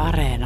Areena.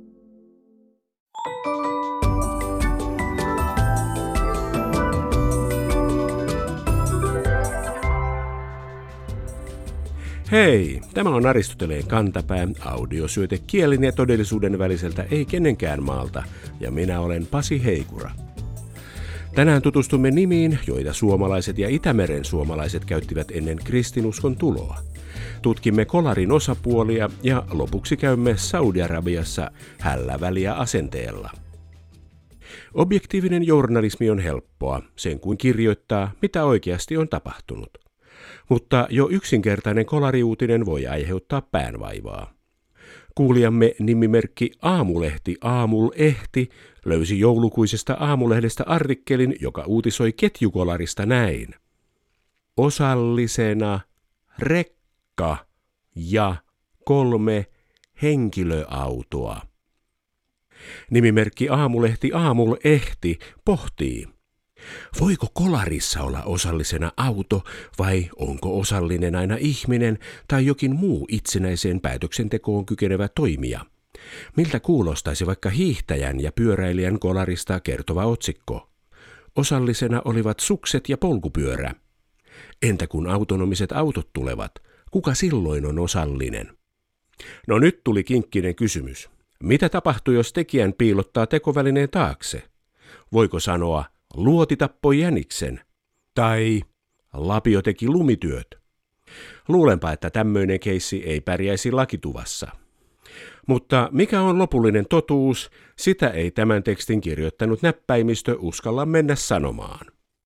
Hei, tämä on Aristoteleen kantapää, audiosyöte kielen ja todellisuuden väliseltä ei kenenkään maalta, ja minä olen Pasi Heikura. Tänään tutustumme nimiin, joita suomalaiset ja Itämeren suomalaiset käyttivät ennen kristinuskon tuloa. Tutkimme kolarin osapuolia ja lopuksi käymme Saudi-Arabiassa hälläväliä asenteella. Objektiivinen journalismi on helppoa, sen kuin kirjoittaa, mitä oikeasti on tapahtunut. Mutta jo yksinkertainen kolariuutinen voi aiheuttaa päänvaivaa. Kuulijamme nimimerkki Aamulehti Aamulehti löysi joulukuisesta Aamulehdestä artikkelin, joka uutisoi ketjukolarista näin. Osallisena rekka ja 3 henkilöautoa. Nimimerkki Aamulehti Aamulehti pohtii. Voiko kolarissa olla osallisena auto vai onko osallinen aina ihminen tai jokin muu itsenäiseen päätöksentekoon kykenevä toimija? Miltä kuulostaisi vaikka hiihtäjän ja pyöräilijän kolarista kertova otsikko? Osallisena olivat sukset ja polkupyörä. Entä kun autonomiset autot tulevat? Kuka silloin on osallinen? No nyt tuli kinkkinen kysymys. Mitä tapahtuu, jos tekijän piilottaa tekovälineen taakse? Voiko sanoa, luoti tappoi jäniksen? Tai lapio teki lumityöt? Luulenpa, että tämmöinen keissi ei pärjäisi lakituvassa. Mutta mikä on lopullinen totuus, sitä ei tämän tekstin kirjoittanut näppäimistö uskalla mennä sanomaan.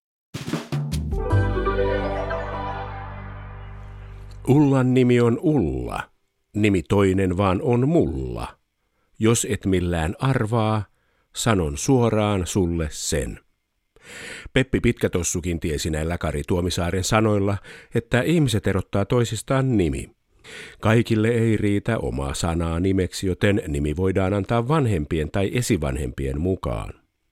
Ullan nimi on Ulla, nimi toinen vaan on mulla. Jos et millään arvaa, sanon suoraan sulle sen. Peppi Pitkätossukin tiesi näillä Kari Tuomisaaren sanoilla, että ihmiset erottaa toisistaan nimi. Kaikille ei riitä omaa sanaa nimeksi, joten nimi voidaan antaa vanhempien tai esivanhempien mukaan.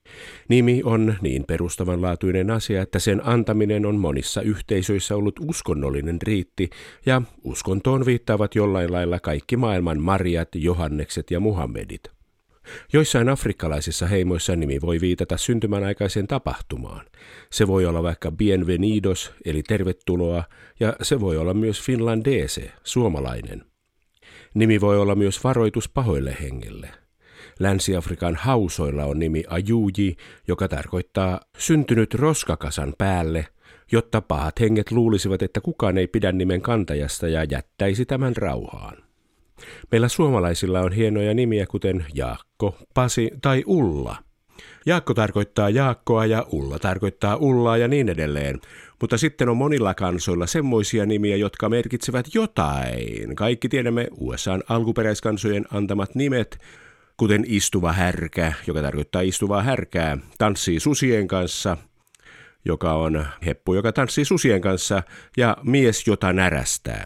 Nimi on niin perustavanlaatuinen asia, että sen antaminen on monissa yhteisöissä ollut uskonnollinen riitti, ja uskontoon viittaavat jollain lailla kaikki maailman Mariat, Johannekset ja Muhammedit. Joissain afrikkalaisissa heimoissa nimi voi viitata syntymänaikaiseen tapahtumaan. Se voi olla vaikka bienvenidos, eli tervetuloa, ja se voi olla myös finlandese, suomalainen. Nimi voi olla myös varoitus pahoille hengelle. Länsi-Afrikan hausoilla on nimi ajuji, joka tarkoittaa syntynyt roskakasan päälle, jotta pahat henget luulisivat, että kukaan ei pidä nimen kantajasta ja jättäisi tämän rauhaan. Meillä suomalaisilla on hienoja nimiä kuten Jaakko, Pasi tai Ulla. Jaakko tarkoittaa Jaakkoa ja Ulla tarkoittaa Ullaa ja niin edelleen, mutta sitten on monilla kansoilla semmoisia nimiä, jotka merkitsevät jotain. Kaikki tiedämme USA:n alkuperäiskansojen antamat nimet, kuten istuva härkä, joka tarkoittaa istuvaa härkää, tanssii susien kanssa, joka on heppu, joka tanssii susien kanssa, ja mies, jota närästää.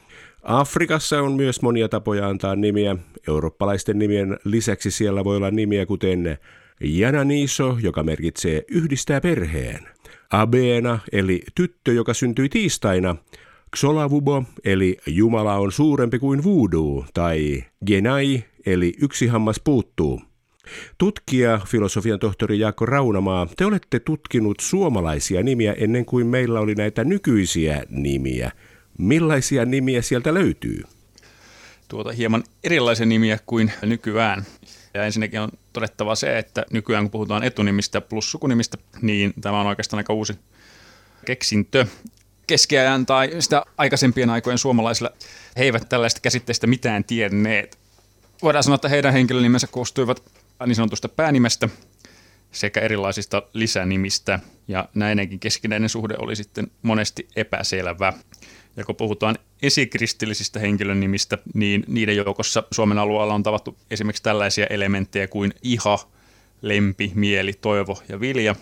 Afrikassa on myös monia tapoja antaa nimiä. Eurooppalaisten nimien lisäksi siellä voi olla nimiä kuten Jananiso, joka merkitsee yhdistää perheen. Abena, eli tyttö, joka syntyi tiistaina. Xolavubo, eli Jumala on suurempi kuin voodoo. Tai Genai, eli yksi hammas puuttuu. Tutkija, filosofian tohtori Jaakko Raunamaa, te olette tutkinut suomalaisia nimiä ennen kuin meillä oli näitä nykyisiä nimiä. Millaisia nimiä sieltä löytyy? Hieman erilaisia nimiä kuin nykyään. Ja ensinnäkin on todettava se, että nykyään kun puhutaan etunimistä plus sukunimistä, niin tämä on oikeastaan aika uusi keksintö. Keskiajan tai sitä aikaisempien aikojen suomalaisilla he eivät tällaista käsitteistä mitään tienneet. Voidaan sanoa, että heidän henkilönimensä koostuivat niin sanotusta päänimestä sekä erilaisista lisänimistä. Ja näinenkin keskinäinen suhde oli sitten monesti epäselvä. Ja kun puhutaan esikristillisistä henkilönimistä, niin niiden joukossa Suomen alueella on tavattu esimerkiksi tällaisia elementtejä kuin iha, lempi, mieli, toivo ja vilja.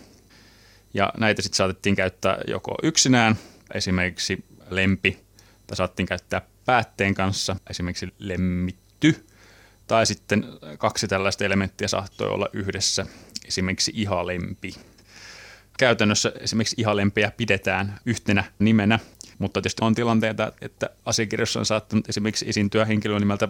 Ja näitä sitten saatettiin käyttää joko yksinään, esimerkiksi lempi, tai saatettiin käyttää päätteen kanssa, esimerkiksi lemmitty, tai sitten 2 tällaista elementtiä saattoi olla yhdessä, esimerkiksi ihalempi. Käytännössä esimerkiksi ihalempiä pidetään yhtenä nimenä, mutta tietysti on tilanteita, että asiakirjassa on saattanut esimerkiksi esiintyä henkilön nimeltä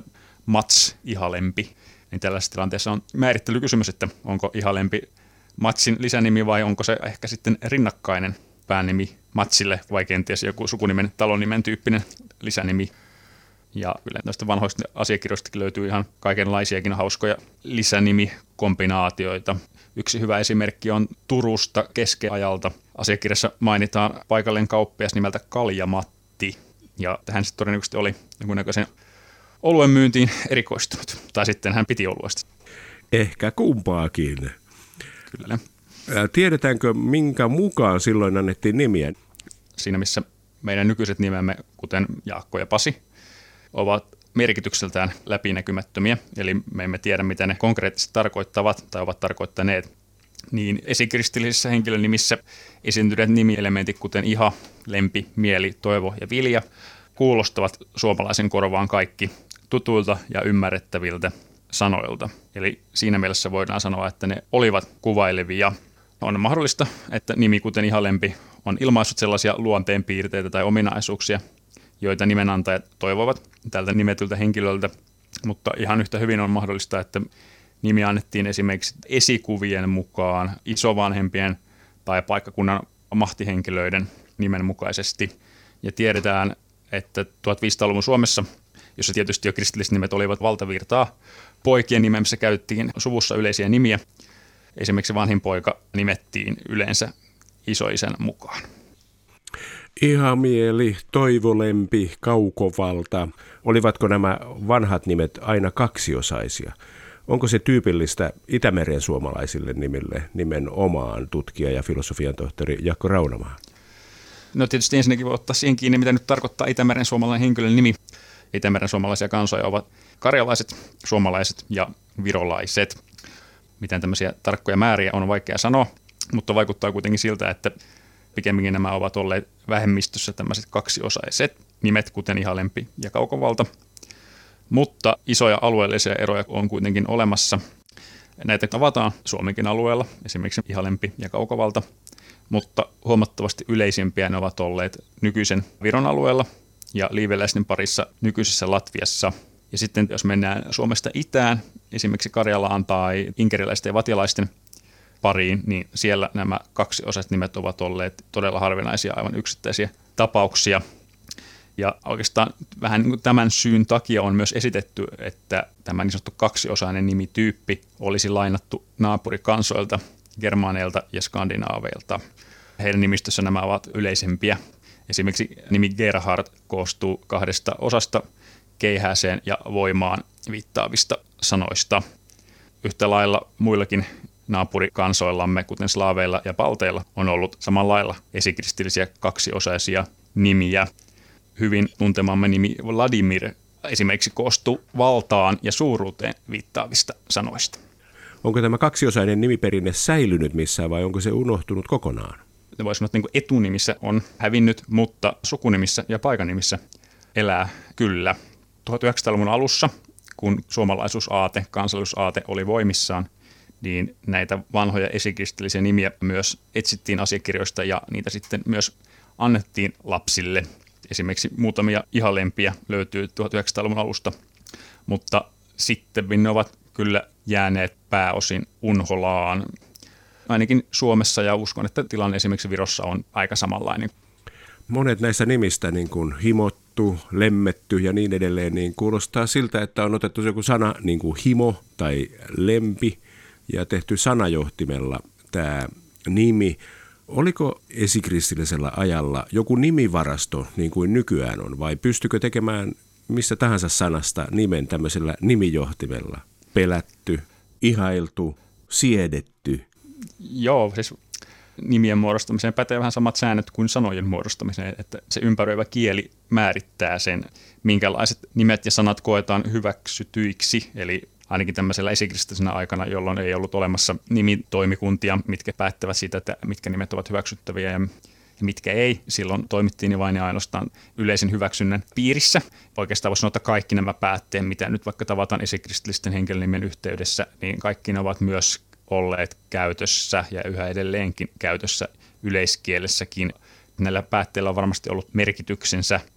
Mats Ihalempi. Niin tällaisessa tilanteessa on määrittelykysymys, että onko Ihalempi Matsin lisänimi vai onko se ehkä sitten rinnakkainen päänimi Matsille vai kenties joku sukunimen, talonimen tyyppinen lisänimi. Ja kyllä näistä vanhoista asiakirjoistakin löytyy ihan kaikenlaisiakin hauskoja lisänimikombinaatioita. Yksi hyvä esimerkki on Turusta keskiajalta. Asiakirjassa mainitaan paikallinen kauppias nimeltä Kaljamatti. Ja hän sitten todennäköisesti oli jonkunnäköisen oluen myyntiin erikoistunut. Tai sitten hän piti oluesta. Ehkä kumpaakin. Kyllä. Tiedetäänkö, minkä mukaan silloin annettiin nimiä? Siinä missä meidän nykyiset nimemme, kuten Jaakko ja Pasi, ovat merkitykseltään läpinäkymättömiä, eli me emme tiedä, mitä ne konkreettisesti tarkoittavat tai ovat tarkoittaneet, niin esikristillisissä henkilönimissä esiintyneet nimielementit, kuten iha, lempi, mieli, toivo ja vilja, kuulostavat suomalaisen korvaan kaikki tutuilta ja ymmärrettäviltä sanoilta. Eli siinä mielessä voidaan sanoa, että ne olivat kuvailevia. On mahdollista, että nimi, kuten ihalempi, on ilmaissut sellaisia luonteenpiirteitä tai ominaisuuksia, joita nimenantajat toivovat tältä nimetyltä henkilöltä, mutta ihan yhtä hyvin on mahdollista, että nimi annettiin esimerkiksi esikuvien mukaan, isovanhempien tai paikkakunnan mahtihenkilöiden nimen mukaisesti. Ja tiedetään, että 1500-luvun Suomessa, jossa tietysti jo kristilliset nimet olivat valtavirtaa, poikien nimessä käytettiin suvussa yleisiä nimiä. Esimerkiksi vanhin poika nimettiin yleensä isoisän mukaan. Ihamieli, toivolempi, kaukovalta. Olivatko nämä vanhat nimet aina kaksiosaisia? Onko se tyypillistä Itämeren suomalaisille nimille nimenomaan tutkija ja filosofian tohtori Jaakko Raunamaa? No tietysti ensinnäkin voi ottaa siihen kiinni, mitä nyt tarkoittaa Itämeren suomalainen henkilön nimi. Itämeren suomalaisia kansoja ovat karjalaiset, suomalaiset ja virolaiset. Mitään tämmöisiä tarkkoja määriä on vaikea sanoa, mutta vaikuttaa kuitenkin siltä, että pikemminkin nämä ovat olleet vähemmistössä tämmöiset kaksiosaiset nimet, kuten ihalempi ja kaukovalta. Mutta isoja alueellisia eroja on kuitenkin olemassa. Näitä avataan Suomenkin alueella, esimerkiksi ihalempi ja kaukovalta, mutta huomattavasti yleisimpiä ne ovat olleet nykyisen Viron alueella ja liiveläisten parissa nykyisessä Latviassa. Ja sitten jos mennään Suomesta itään, esimerkiksi Karjalaan tai inkeriläisten ja vatialaisten pariin, niin siellä nämä kaksiosaiset nimet ovat olleet todella harvinaisia, aivan yksittäisiä tapauksia. Ja oikeastaan vähän niin kuin tämän syyn takia on myös esitetty, että tämä niin sanottu kaksiosainen nimityyppi olisi lainattu naapurikansoilta, germaaneilta ja skandinaaveilta. Heidän nimistössä nämä ovat yleisempiä. Esimerkiksi nimi Gerhard koostuu kahdesta osasta, keihääseen ja voimaan viittaavista sanoista. Yhtä lailla muillakin naapurikansoillamme, kuten slaaveilla ja balteilla, on ollut samanlailla esikristillisiä kaksiosaisia nimiä. Hyvin tuntemamme nimi Vladimir esimerkiksi koostuu valtaan ja suuruuteen viittaavista sanoista. Onko tämä kaksiosainen nimiperinne säilynyt missään vai onko se unohtunut kokonaan? Voisi sanoa, että niin etunimissä on hävinnyt, mutta sukunimissä ja paikanimissä elää kyllä. 1900-luvun alussa, kun suomalaisuusaate, kansallisuusaate oli voimissaan, niin näitä vanhoja esikristillisiä nimiä myös etsittiin asiakirjoista ja niitä sitten myös annettiin lapsille. Esimerkiksi muutamia ihalempiä löytyy 1900-luvun alusta, mutta sitten ne ovat kyllä jääneet pääosin unholaan. Ainakin Suomessa ja uskon, että tilanne esimerkiksi Virossa on aika samanlainen. Monet näistä nimistä, niin kuin himottu, lemmetty ja niin edelleen, niin kuulostaa siltä, että on otettu joku sana niin kuin himo tai lempi ja tehty sanajohtimella tämä nimi. Oliko esikristillisellä ajalla joku nimivarasto niin kuin nykyään on vai pystykö tekemään missä tahansa sanasta nimen tämmöisellä nimijohtimella? Pelätty, ihailtu, siedetty. Joo, siis nimien muodostamiseen pätee vähän samat säännöt kuin sanojen muodostamiseen, että se ympäröivä kieli määrittää sen, minkälaiset nimet ja sanat koetaan hyväksytyiksi, eli ainakin tämmöisellä esikristillisenä aikana, jolloin ei ollut olemassa nimitoimikuntia, mitkä päättävät siitä, että mitkä nimet ovat hyväksyttäviä ja mitkä ei. Silloin toimittiin vain ja ainoastaan yleisen hyväksynnän piirissä. Oikeastaan voisi sanoa, että kaikki nämä päätteet, mitä nyt vaikka tavataan esikristillisten henkilönimen yhteydessä, niin kaikki ne ovat myös olleet käytössä ja yhä edelleenkin käytössä yleiskielessäkin. Näillä päätteillä on varmasti ollut merkityksensä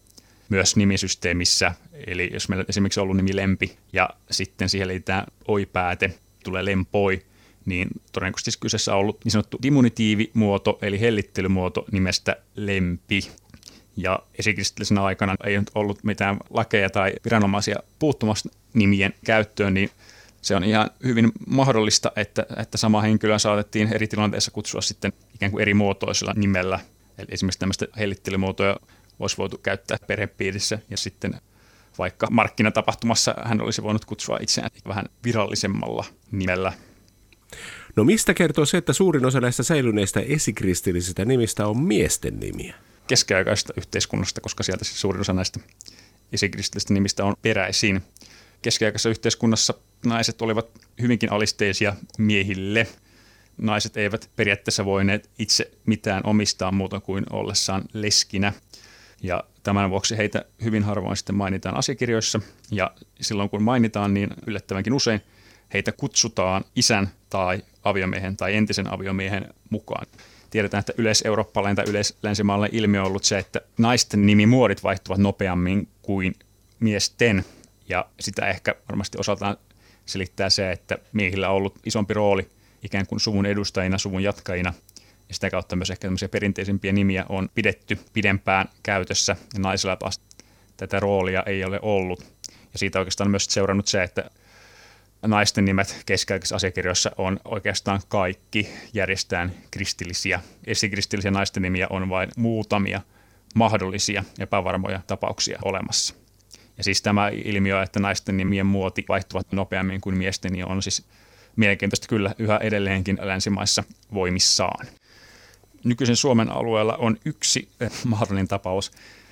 myös nimisysteemissä. Eli jos meillä esimerkiksi on ollut nimi Lempi ja sitten siihen liitetään oi-pääte, tulee lempoi, niin todennäköisesti kyseessä on ollut niin sanottu diminutiivimuoto eli hellittelymuoto nimestä Lempi. Ja esikristillisenä aikana ei nyt ollut mitään lakeja tai viranomaisia puuttumassa nimien käyttöön, niin se on ihan hyvin mahdollista, että sama henkilöä saatettiin eri tilanteissa kutsua sitten ikään kuin eri muotoisella nimellä. Eli esimerkiksi tämmöistä hellittelymuotoja olisi voitu käyttää perhepiirissä ja sitten vaikka markkinatapahtumassa hän olisi voinut kutsua itseään vähän virallisemmalla nimellä. No mistä kertoo se, että suurin osa näistä säilyneistä esikristillisistä nimistä on miesten nimiä? Keskiaikaisesta yhteiskunnasta, koska sieltä siis suurin osa näistä esikristillisistä nimistä on peräisin. Keskiaikaisessa yhteiskunnassa naiset olivat hyvinkin alisteisia miehille. Naiset eivät periaatteessa voineet itse mitään omistaa muuta kuin ollessaan leskinä. Ja tämän vuoksi heitä hyvin harvoin sitten mainitaan asiakirjoissa. Ja silloin kun mainitaan, niin yllättävänkin usein heitä kutsutaan isän tai aviomiehen tai entisen aviomiehen mukaan. Tiedetään, että yleiseurooppalainen tai yleislänsimaalainen ilmiö on ollut se, että naisten nimimuodit vaihtuvat nopeammin kuin miesten. Ja sitä ehkä varmasti osaltaan selittää se, että miehillä on ollut isompi rooli ikään kuin suvun edustajina, suvun jatkajina. Ja sitä kautta myös ehkä tämmöisiä perinteisempiä nimiä on pidetty pidempään käytössä. Ja naisilla taas tätä roolia ei ole ollut. Ja siitä oikeastaan myös seurannut se, että naisten nimet keskiaikaisissa asiakirjoissa on oikeastaan kaikki järjestään kristillisiä. Esikristillisiä naisten nimiä on vain muutamia mahdollisia epävarmoja tapauksia olemassa. Ja siis tämä ilmiö, että naisten nimien muoti vaihtuvat nopeammin kuin miesten, niin on siis mielenkiintoista kyllä yhä edelleenkin länsimaissa voimissaan. Nykyisen Suomen alueella on yksi mahdollinen tapaus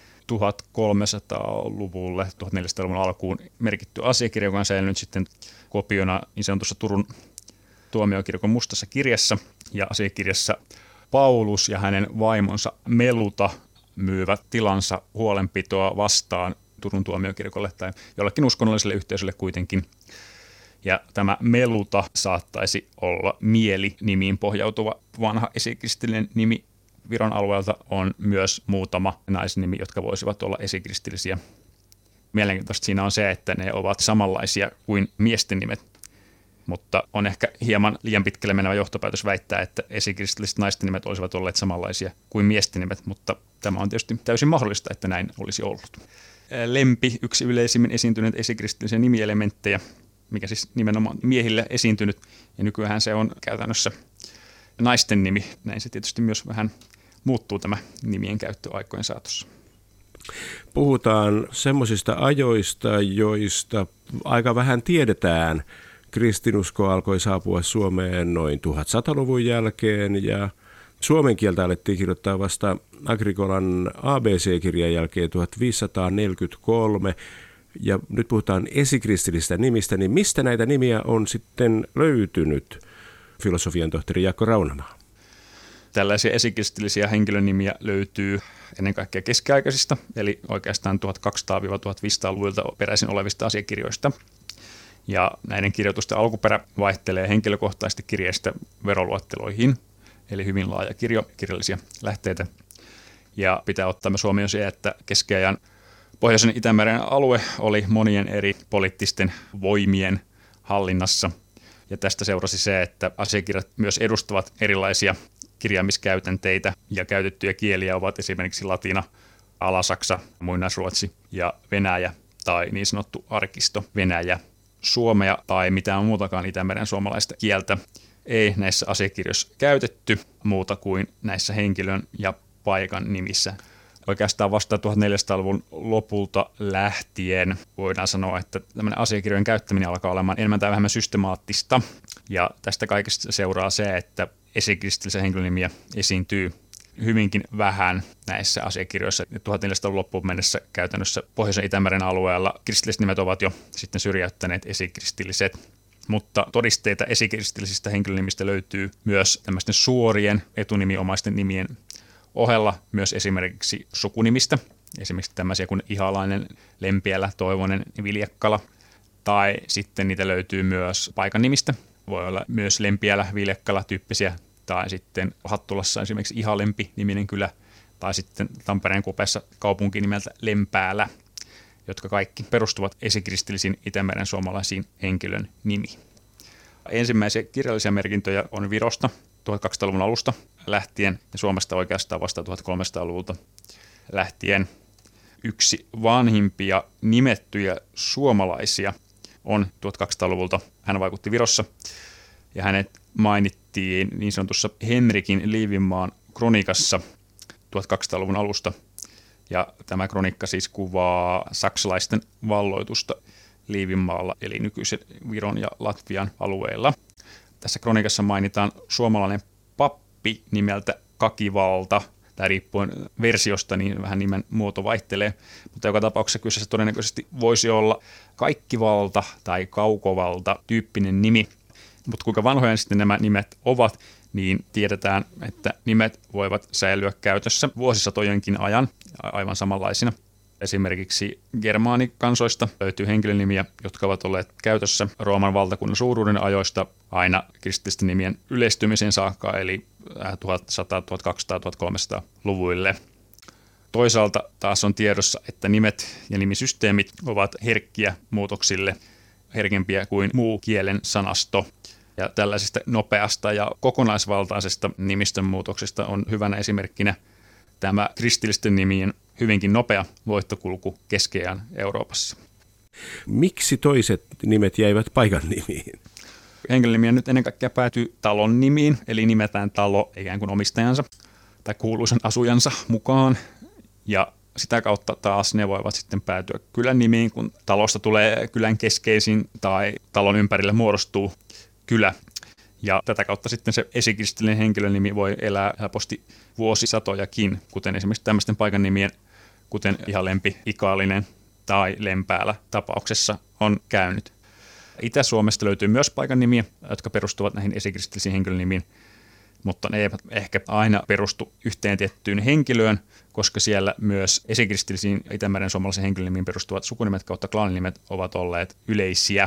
1300-luvulle, 1400-luvun alkuun merkitty asiakirja, joka on säilynyt sitten kopiona niin sanotussa Turun tuomiokirkon mustassa kirjassa. Ja asiakirjassa Paulus ja hänen vaimonsa Meluta myyvät tilansa huolenpitoa vastaan Turun tuomiokirkolle tai jollekin uskonnolliselle yhteisölle kuitenkin. Ja tämä Meluta saattaisi olla Mieli-nimiin pohjautuva vanha esikristillinen nimi. Viron alueelta on myös muutama naisnimi, jotka voisivat olla esikristillisiä. Mielenkiintoista siinä on se, että ne ovat samanlaisia kuin miesten nimet, mutta on ehkä hieman liian pitkälle menevä johtopäätös väittää, että esikristilliset naisten nimet olisivat olleet samanlaisia kuin miesten nimet, mutta tämä on tietysti täysin mahdollista, että näin olisi ollut. Lempi, yksi yleisimmin esiintyneet esikristillisiä nimielementtejä, mikä siis nimenomaan miehille esiintynyt, ja nykyään se on käytännössä naisten nimi. Näin se tietysti myös vähän muuttuu tämä nimien käyttö aikojen saatossa. Puhutaan semmoisista ajoista, joista aika vähän tiedetään. Kristinusko alkoi saapua Suomeen noin 1100-luvun jälkeen ja suomen kieltä alettiin kirjoittaa vasta Agricolan ABC-kirjan jälkeen 1543. Ja nyt puhutaan esikristillisistä nimistä, niin mistä näitä nimiä on sitten löytynyt, filosofian tohtori Jaakko Raunamaa? Tällaisia esikristillisiä henkilönimiä löytyy ennen kaikkea keskiaikaisista, eli oikeastaan 1200-1500-luvulta peräisin olevista asiakirjoista. Ja näiden kirjoitusten alkuperä vaihtelee henkilökohtaisesti kirjeistä veroluetteloihin, eli hyvin laaja kirjo kirjallisia lähteitä. Ja pitää ottaa myös huomioon se, että keskiajan Pohjoisen Itämeren alue oli monien eri poliittisten voimien hallinnassa. Ja tästä seurasi se, että asiakirjat myös edustavat erilaisia kirjaamiskäytänteitä ja käytettyjä kieliä ovat esimerkiksi latina, alasaksa, muinaisruotsi ja venäjä tai niin sanottu arkisto Venäjä. Suomea tai mitään muutakaan Itämeren suomalaista kieltä ei näissä asiakirjoissa käytetty muuta kuin näissä henkilön ja paikan nimissä. Oikeastaan vasta 1400-luvun lopulta lähtien voidaan sanoa, että tämmöinen asiakirjojen käyttäminen alkaa olemaan enemmän tai vähemmän systemaattista. Ja tästä kaikesta seuraa se, että esikristillisiä henkilönimiä esiintyy hyvinkin vähän näissä asiakirjoissa. 1400-luvun loppuun mennessä käytännössä Pohjoisen Itämeren alueella kristilliset nimet ovat jo sitten syrjäyttäneet esikristilliset. Mutta todisteita esikristillisistä henkilönimistä löytyy myös tämmöisten suorien etunimiomaisten nimien ohella myös esimerkiksi sukunimistä, esimerkiksi tämmöisiä kuin Ihalainen, Lempiälä, Toivonen, Viljakkala, tai sitten niitä löytyy myös paikan nimistä. Voi olla myös Lempiälä, Viljakkala tyyppisiä, tai sitten Hattulassa esimerkiksi Ihalempi-niminen kylä, tai sitten Tampereen kupeessa kaupunki nimeltä Lempäälä, jotka kaikki perustuvat esikristillisiin Itämeren suomalaisiin henkilön nimiin. Ensimmäisiä kirjallisia merkintöjä on Virosta 1200-luvun alusta lähtien ja Suomesta oikeastaan vasta 1300-luvulta lähtien. Yksi vanhimpia nimettyjä suomalaisia on 1200-luvulta. Hän vaikutti Virossa ja hänet mainittiin niin sanotussa Henrikin Liivinmaan kronikassa 1200-luvun alusta. Ja tämä kronikka siis kuvaa saksalaisten valloitusta Liivinmaalla, eli nykyisen Viron ja Latvian alueella. Tässä kronikassa mainitaan suomalainen pappi nimeltä Kakivalta. Tämä riippuen versiosta, niin vähän nimen muoto vaihtelee, mutta joka tapauksessa kyseessä todennäköisesti voisi olla Kaikkivalta tai Kaukovalta tyyppinen nimi. Mutta kuinka vanhoja sitten nämä nimet ovat, niin tiedetään, että nimet voivat säilyä käytössä vuosisatojenkin ajan aivan samanlaisina. Esimerkiksi germaanikansoista löytyy henkilönimiä, jotka ovat olleet käytössä Rooman valtakunnan suuruuden ajoista aina kristillisten nimien yleistymisen saakka, eli 1100, 1200, 1300-luvuille. Toisaalta taas on tiedossa, että nimet ja nimisysteemit ovat herkkiä muutoksille, herkempiä kuin muu kielen sanasto. Ja tällaisesta nopeasta ja kokonaisvaltaisesta nimistön muutoksesta on hyvänä esimerkkinä tämä kristillisten nimien hyvinkin nopea voittokulku keski-ajan Euroopassa. Miksi toiset nimet jäivät paikan nimiin? Henkilönimiä nyt ennen kaikkea päätyy talon nimiin, eli nimetään talo ikään kuin omistajansa tai kuuluisan asujansa mukaan. Ja sitä kautta taas ne voivat sitten päätyä kylän nimiin, kun talosta tulee kylän keskeisin tai talon ympärille muodostuu kylä. Ja tätä kautta sitten se esikristillinen henkilönimi voi elää helposti vuosisatojakin, kuten esimerkiksi tämmöisten paikan nimien, kuten Ihalempi, Ikaalinen tai Lempäälä tapauksessa on käynyt. Itä-Suomesta löytyy myös paikan nimiä, jotka perustuvat näihin esikristillisiin henkilönimiin, mutta ne eivät ehkä aina perustu yhteen tiettyyn henkilöön, koska siellä myös esikristillisiin Itämeren suomalaisiin henkilönimiin perustuvat sukunimet kautta klaaninimet ovat olleet yleisiä.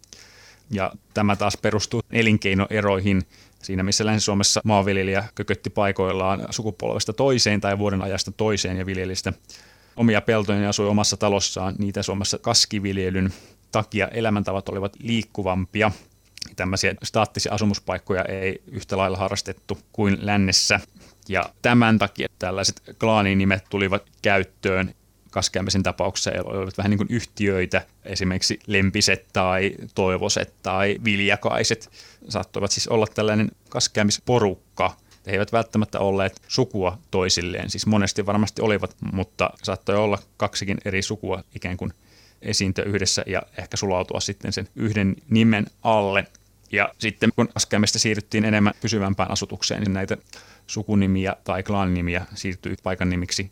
Ja tämä taas perustuu elinkeinoeroihin. Siinä missä Länsi-Suomessa maanviljelijä kökötti paikoillaan sukupolvesta toiseen tai vuoden ajasta toiseen ja viljeli sitä omia peltoja ja asui omassa talossaan, niitä Suomessa kaskiviljelyn takia elämäntavat olivat liikkuvampia. Tämmöisiä staattisia asumuspaikkoja ei yhtä lailla harrastettu kuin lännessä. Ja tämän takia tällaiset klaaninimet tulivat käyttöön. Kaskeamisen tapauksessa olivat vähän niin kuin yhtiöitä, esimerkiksi Lempiset tai Toivoset tai Viljakaiset. Saattoivat siis olla tällainen kaskeamisporukka. He eivät välttämättä olleet sukua toisilleen, siis monesti varmasti olivat, mutta saattoi olla kaksikin eri sukua ikään kuin esiintyä yhdessä ja ehkä sulautua sitten sen yhden nimen alle. Ja sitten kun kaskeamista siirryttiin enemmän pysyvämpään asutukseen, niin näitä sukunimiä tai klaaninimiä siirtyi paikan nimiksi.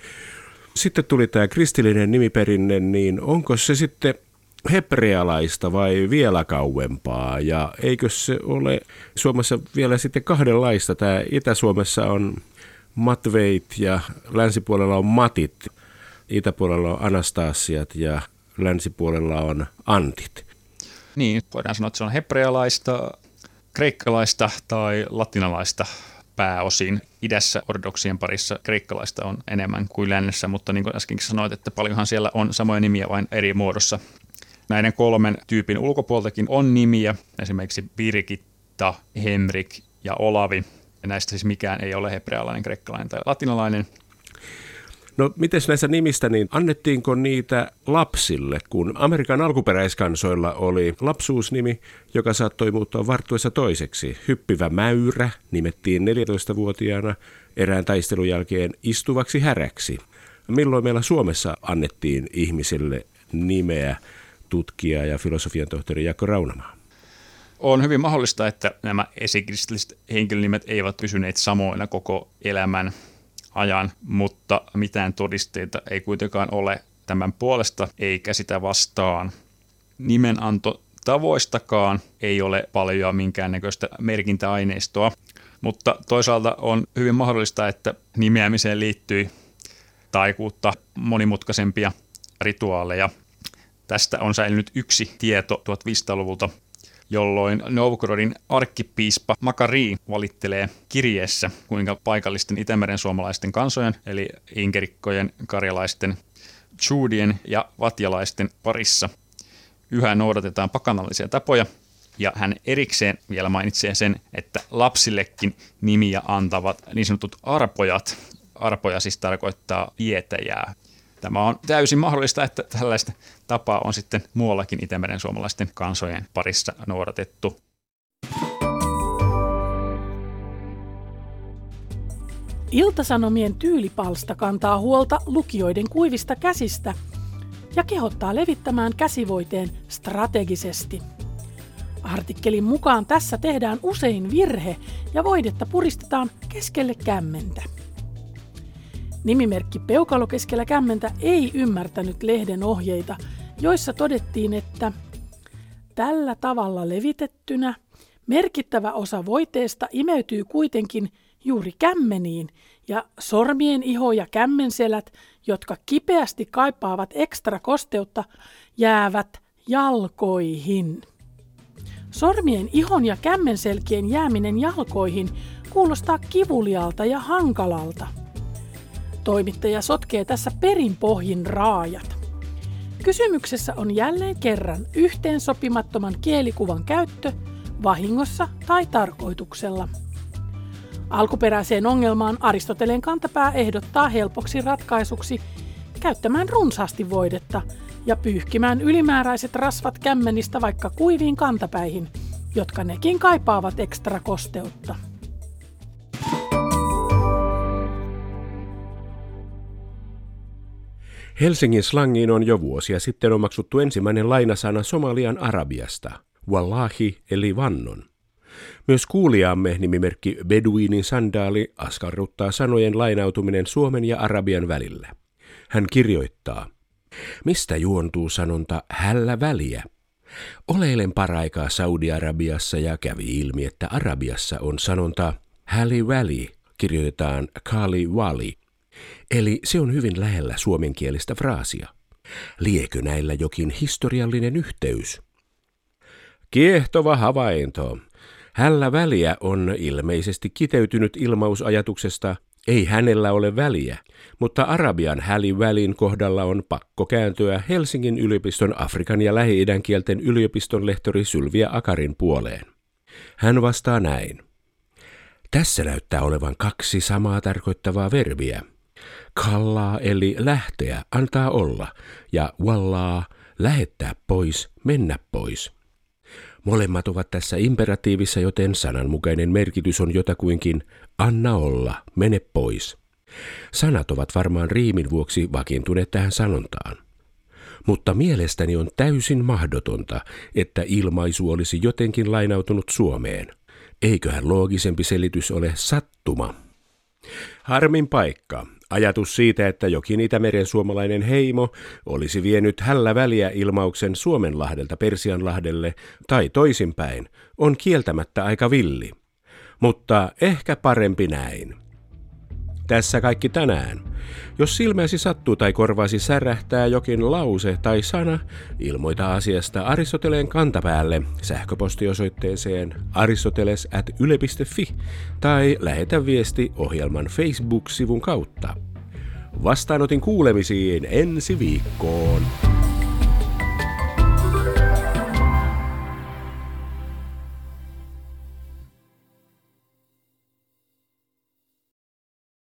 Sitten tuli tämä kristillinen nimiperinne, niin onko se sitten hebrealaista vai vielä kauempaa? Ja eikö se ole Suomessa vielä sitten kahdenlaista? Tämä Itä-Suomessa on Matveit ja länsipuolella on Matit. Itäpuolella on Anastasiat ja länsipuolella on Antit. Niin, voidaan sanoa, että se on hebrealaista, kreikkalaista tai latinalaista pääosin. Idässä ortodoksien parissa kreikkalaista on enemmän kuin lännessä, mutta niin kuin äskenkin sanoit, että paljonhan siellä on samoja nimiä vain eri muodossa. Näiden kolmen tyypin ulkopuoltakin on nimiä, esimerkiksi Birgitta, Henrik ja Olavi. Ja näistä siis mikään ei ole hebrealainen, kreikkalainen tai latinalainen. No miten näissä nimistä, niin annettiinko niitä lapsille, kun Amerikan alkuperäiskansoilla oli lapsuusnimi, joka saattoi muuttua varttuessa toiseksi. Hyppivä mäyrä nimettiin 14-vuotiaana erään taistelun jälkeen istuvaksi häräksi. Milloin meillä Suomessa annettiin ihmisille nimeä, tutkija ja filosofian tohtori Jaakko Raunamaa? On hyvin mahdollista, että nämä esikristilliset henkilönimet eivät pysyneet samoina koko elämän ajan, mutta mitään todisteita ei kuitenkaan ole tämän puolesta eikä sitä vastaan. Nimenanto tavoistakaan ei ole paljon minkäännäköistä merkintäaineistoa, mutta toisaalta on hyvin mahdollista, että nimeämiseen liittyy taikuutta monimutkaisempia rituaaleja. Tästä on säilynyt yksi tieto 1500-luvulta, jolloin Novgorodin arkkipiispa Makari valittelee kirjeessä, kuinka paikallisten Itämeren suomalaisten kansojen, eli inkerikkojen, karjalaisten, tjuudien ja vatjalaisten parissa yhä noudatetaan pakanallisia tapoja, ja hän erikseen vielä mainitsee sen, että lapsillekin nimiä antavat niin sanotut arpojat. Arpoja siis tarkoittaa vietäjää. Tämä on täysin mahdollista, että tällaista tapaa on sitten muuallakin Itämeren suomalaisten kansojen parissa noudatettu. Ilta-Sanomien tyylipalsta kantaa huolta lukijoiden kuivista käsistä ja kehottaa levittämään käsivoiteen strategisesti. Artikkelin mukaan tässä tehdään usein virhe ja voidetta puristetaan keskelle kämmentä. Nimimerkki Peukalo keskellä kämmentä ei ymmärtänyt lehden ohjeita, joissa todettiin, että tällä tavalla levitettynä merkittävä osa voiteesta imeytyy kuitenkin juuri kämmeniin ja sormien iho ja kämmenselät, jotka kipeästi kaipaavat ekstra kosteutta, jäävät jalkoihin. Sormien ihon ja kämmenselkien jääminen jalkoihin kuulostaa kivulialta ja hankalalta. Toimittaja sotkee tässä perinpohjin raajat. Kysymyksessä on jälleen kerran yhteensopimattoman kielikuvan käyttö vahingossa tai tarkoituksella. Alkuperäiseen ongelmaan Aristoteleen kantapää ehdottaa helpoksi ratkaisuksi käyttämään runsaasti voidetta ja pyyhkimään ylimääräiset rasvat kämmenistä vaikka kuiviin kantapäihin, jotka nekin kaipaavat ekstra kosteutta. Helsingin slangiin on jo vuosia sitten omaksuttu ensimmäinen lainasana Somalian arabiasta, wallahi eli vannon. Myös kuulijaamme nimimerkki Beduinin sandaali askarruttaa sanojen lainautuminen suomen ja arabian välillä. Hän kirjoittaa: mistä juontuu sanonta hällä väliä? Oleilen paraikaa Saudi-Arabiassa ja kävi ilmi, että Arabiassa on sanonta häli väli, kirjoitetaan kali wali. Eli se on hyvin lähellä suomenkielistä fraasia. Liekö näillä jokin historiallinen yhteys? Kiehtova havainto. Hällä väliä on ilmeisesti kiteytynyt ilmausajatuksesta ei hänellä ole väliä, mutta arabian hälivälin kohdalla on pakko kääntyä Helsingin yliopiston Afrikan ja Lähi-idän kielten yliopiston lehtori Sylvia Akarin puoleen. Hän vastaa näin. Tässä näyttää olevan kaksi samaa tarkoittavaa verbiä. Kallaa eli lähteä, antaa olla, ja wallaa, lähettää pois, mennä pois. Molemmat ovat tässä imperatiivissa, joten sananmukainen merkitys on jotakuinkin anna olla, mene pois. Sanat ovat varmaan riimin vuoksi vakiintuneet tähän sanontaan. Mutta mielestäni on täysin mahdotonta, että ilmaisu olisi jotenkin lainautunut Suomeen. Eiköhän loogisempi selitys ole sattuma. Harmin paikka. Ajatus siitä, että jokin Itämeren suomalainen heimo olisi vienyt hällä väliä ilmauksen Suomenlahdelta Persianlahdelle tai toisinpäin, on kieltämättä aika villi. Mutta ehkä parempi näin. Tässä kaikki tänään. Jos silmäsi sattuu tai korvaasi särähtää jokin lause tai sana, ilmoita asiasta Aristoteleen kantapäälle sähköpostiosoitteeseen aristoteles@yle.fi tai lähetä viesti ohjelman Facebook-sivun kautta. Vastaanotin kuulemisiin ensi viikkoon.